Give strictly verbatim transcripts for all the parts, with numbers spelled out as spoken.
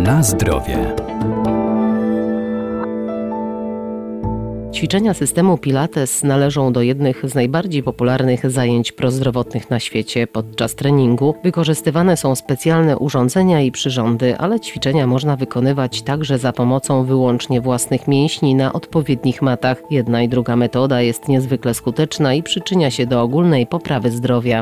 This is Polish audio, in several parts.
Na zdrowie. Ćwiczenia systemu Pilates należą do jednych z najbardziej popularnych zajęć prozdrowotnych na świecie. Podczas treningu wykorzystywane są specjalne urządzenia i przyrządy, ale ćwiczenia można wykonywać także za pomocą wyłącznie własnych mięśni na odpowiednich matach. Jedna i druga metoda jest niezwykle skuteczna i przyczynia się do ogólnej poprawy zdrowia.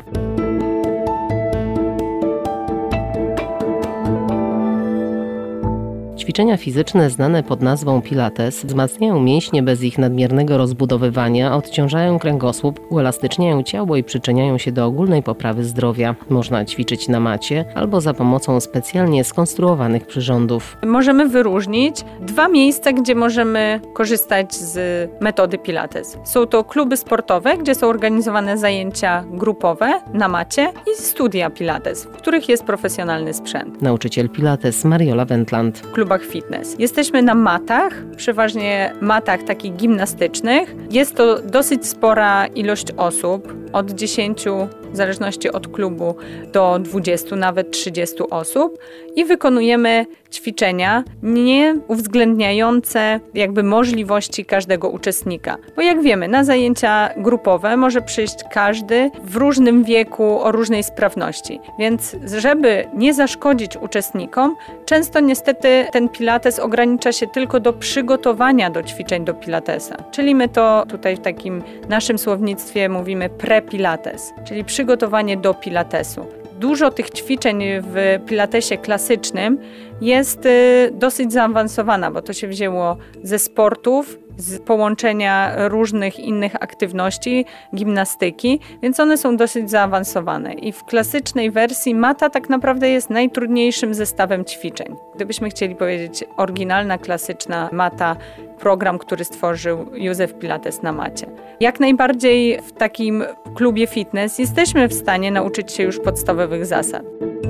Ćwiczenia fizyczne znane pod nazwą Pilates wzmacniają mięśnie bez ich nadmiernego rozbudowywania, odciążają kręgosłup, uelastyczniają ciało i przyczyniają się do ogólnej poprawy zdrowia. Można ćwiczyć na macie albo za pomocą specjalnie skonstruowanych przyrządów. Możemy wyróżnić dwa miejsca, gdzie możemy korzystać z metody Pilates. Są to kluby sportowe, gdzie są organizowane zajęcia grupowe na macie i studia Pilates, w których jest profesjonalny sprzęt. Nauczyciel Pilates Mariola Wendland. W klubach fitness. Jesteśmy na matach, przeważnie matach takich gimnastycznych. Jest to dosyć spora ilość osób, od dziesięciu, w zależności od klubu, do dwudziestu, nawet trzydziestu osób i wykonujemy ćwiczenia nie uwzględniające jakby możliwości każdego uczestnika. Bo jak wiemy, na zajęcia grupowe może przyjść każdy w różnym wieku, o różnej sprawności. Więc żeby nie zaszkodzić uczestnikom, często niestety ten pilates ogranicza się tylko do przygotowania do ćwiczeń do pilatesa. Czyli my to tutaj w takim naszym słownictwie mówimy pre-pilates, czyli przygotowanie do pilatesu. Dużo tych ćwiczeń w pilatesie klasycznym jest dosyć zaawansowana, bo to się wzięło ze sportów, z połączenia różnych innych aktywności, gimnastyki, więc one są dosyć zaawansowane. I w klasycznej wersji mata tak naprawdę jest najtrudniejszym zestawem ćwiczeń. Gdybyśmy chcieli powiedzieć oryginalna, klasyczna mata, program, który stworzył Józef Pilates na macie. Jak najbardziej w takim klubie fitness jesteśmy w stanie nauczyć się już podstawowych zasad.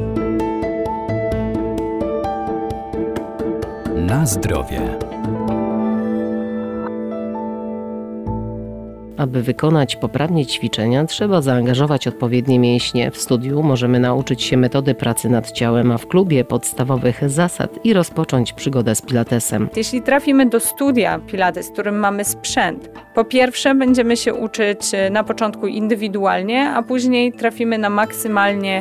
Na zdrowie. Aby wykonać poprawnie ćwiczenia, trzeba zaangażować odpowiednie mięśnie. W studiu możemy nauczyć się metody pracy nad ciałem, a w klubie podstawowych zasad i rozpocząć przygodę z pilatesem. Jeśli trafimy do studia Pilates, w którym mamy sprzęt, po pierwsze będziemy się uczyć na początku indywidualnie, a później trafimy na maksymalnie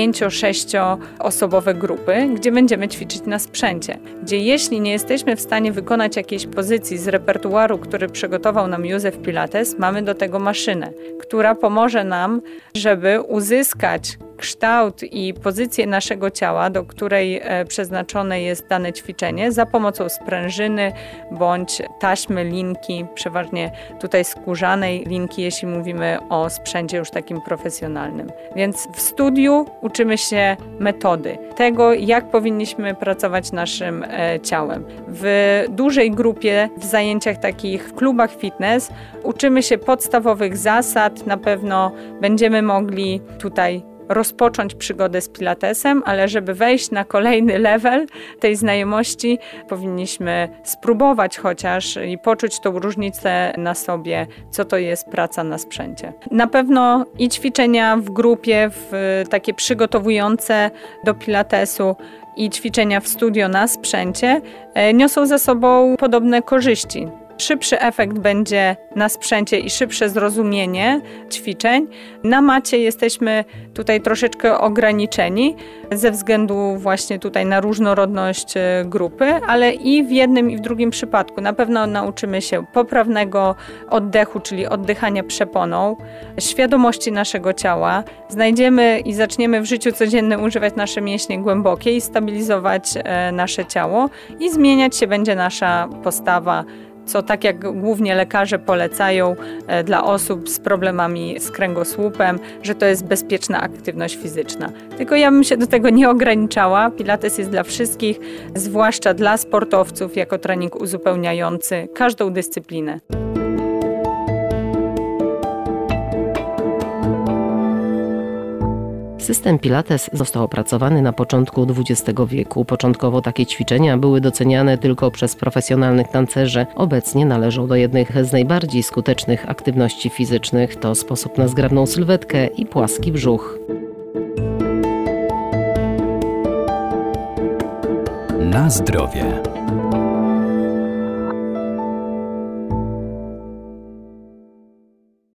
pięcio-sześcioosobowe grupy, gdzie będziemy ćwiczyć na sprzęcie. Gdzie jeśli nie jesteśmy w stanie wykonać jakiejś pozycji z repertuaru, który przygotował nam Józef Pilates, mamy do tego maszynę, która pomoże nam, żeby uzyskać kształt i pozycję naszego ciała, do której przeznaczone jest dane ćwiczenie, za pomocą sprężyny bądź taśmy, linki, przeważnie tutaj skórzanej linki, jeśli mówimy o sprzęcie już takim profesjonalnym. Więc w studiu uczymy się metody, tego jak powinniśmy pracować naszym ciałem. W dużej grupie, w zajęciach takich, w klubach fitness uczymy się podstawowych zasad, na pewno będziemy mogli tutaj rozpocząć przygodę z pilatesem, ale żeby wejść na kolejny level tej znajomości, powinniśmy spróbować chociaż i poczuć tą różnicę na sobie, co to jest praca na sprzęcie. Na pewno i ćwiczenia w grupie, w takie przygotowujące do pilatesu, i ćwiczenia w studio na sprzęcie niosą ze sobą podobne korzyści. Szybszy efekt będzie na sprzęcie i szybsze zrozumienie ćwiczeń. Na macie jesteśmy tutaj troszeczkę ograniczeni ze względu właśnie tutaj na różnorodność grupy, ale i w jednym i w drugim przypadku na pewno nauczymy się poprawnego oddechu, czyli oddychania przeponą, świadomości naszego ciała. Znajdziemy i zaczniemy w życiu codziennym używać nasze mięśnie głębokie i stabilizować nasze ciało i zmieniać się będzie nasza postawa, co tak jak głównie lekarze polecają e, dla osób z problemami z kręgosłupem, że to jest bezpieczna aktywność fizyczna. Tylko ja bym się do tego nie ograniczała. Pilates jest dla wszystkich, zwłaszcza dla sportowców, jako trening uzupełniający każdą dyscyplinę. System Pilates został opracowany na początku dwudziestego wieku. Początkowo takie ćwiczenia były doceniane tylko przez profesjonalnych tancerzy. Obecnie należą do jednych z najbardziej skutecznych aktywności fizycznych. To sposób na zgrabną sylwetkę i płaski brzuch. Na zdrowie.